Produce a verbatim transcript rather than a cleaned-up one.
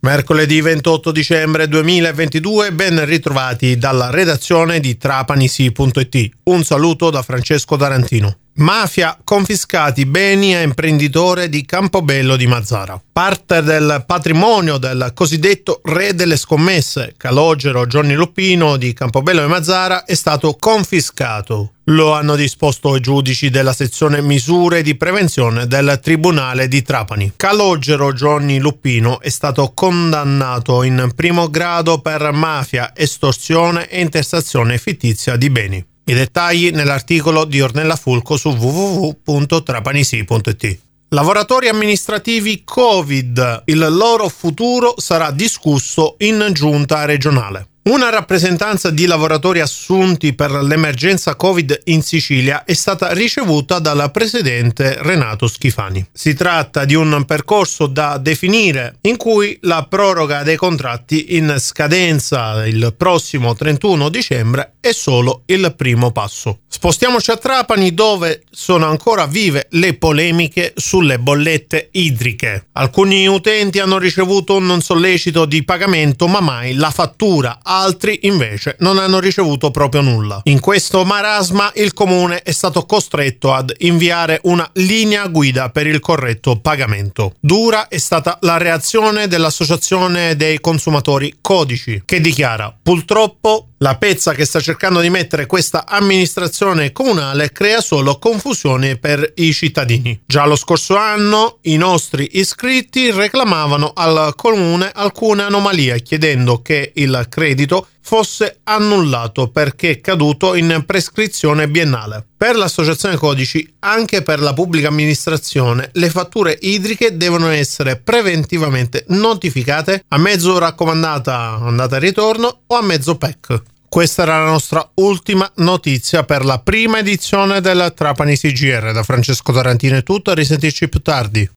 Mercoledì ventotto dicembre duemilaventidue, ben ritrovati dalla redazione di Trapanisi punto it. Un saluto da Francesco Tarantino. Mafia, confiscati beni a imprenditore di Campobello di Mazara. Parte del patrimonio del cosiddetto re delle scommesse, Calogero Gianni Lupino di Campobello di Mazara, è stato confiscato. Lo hanno disposto i giudici della sezione misure di prevenzione del Tribunale di Trapani. Calogero Gianni Lupino è stato condannato in primo grado per mafia, estorsione e intestazione fittizia di beni. I dettagli nell'articolo di Ornella Fulco su w w w punto trapanisi punto it. Lavoratori amministrativi Covid, il loro futuro sarà discusso in giunta regionale. Una rappresentanza di lavoratori assunti per l'emergenza Covid in Sicilia è stata ricevuta dal presidente Renato Schifani. Si tratta di un percorso da definire in cui la proroga dei contratti in scadenza il prossimo trentuno dicembre è solo il primo passo. Spostiamoci a Trapani, dove sono ancora vive le polemiche sulle bollette idriche. Alcuni utenti hanno ricevuto un sollecito di pagamento, ma mai la fattura. Altri invece non hanno ricevuto proprio nulla. In questo marasma il comune è stato costretto ad inviare una linea guida per il corretto pagamento. Dura è stata la reazione dell'Associazione dei Consumatori Codici, che dichiara: purtroppo la pezza che sta cercando di mettere questa amministrazione comunale crea solo confusione per i cittadini. Già lo scorso anno i nostri iscritti reclamavano al comune alcune anomalie, chiedendo che il credito fosse annullato perché caduto in prescrizione biennale. Per l'Associazione Codici, anche per la pubblica amministrazione, le fatture idriche devono essere preventivamente notificate a mezzo raccomandata andata e ritorno o a mezzo P E C. Questa era la nostra ultima notizia per la prima edizione del Trapanisi G R. Da Francesco Tarantino è tutto, a risentirci più tardi.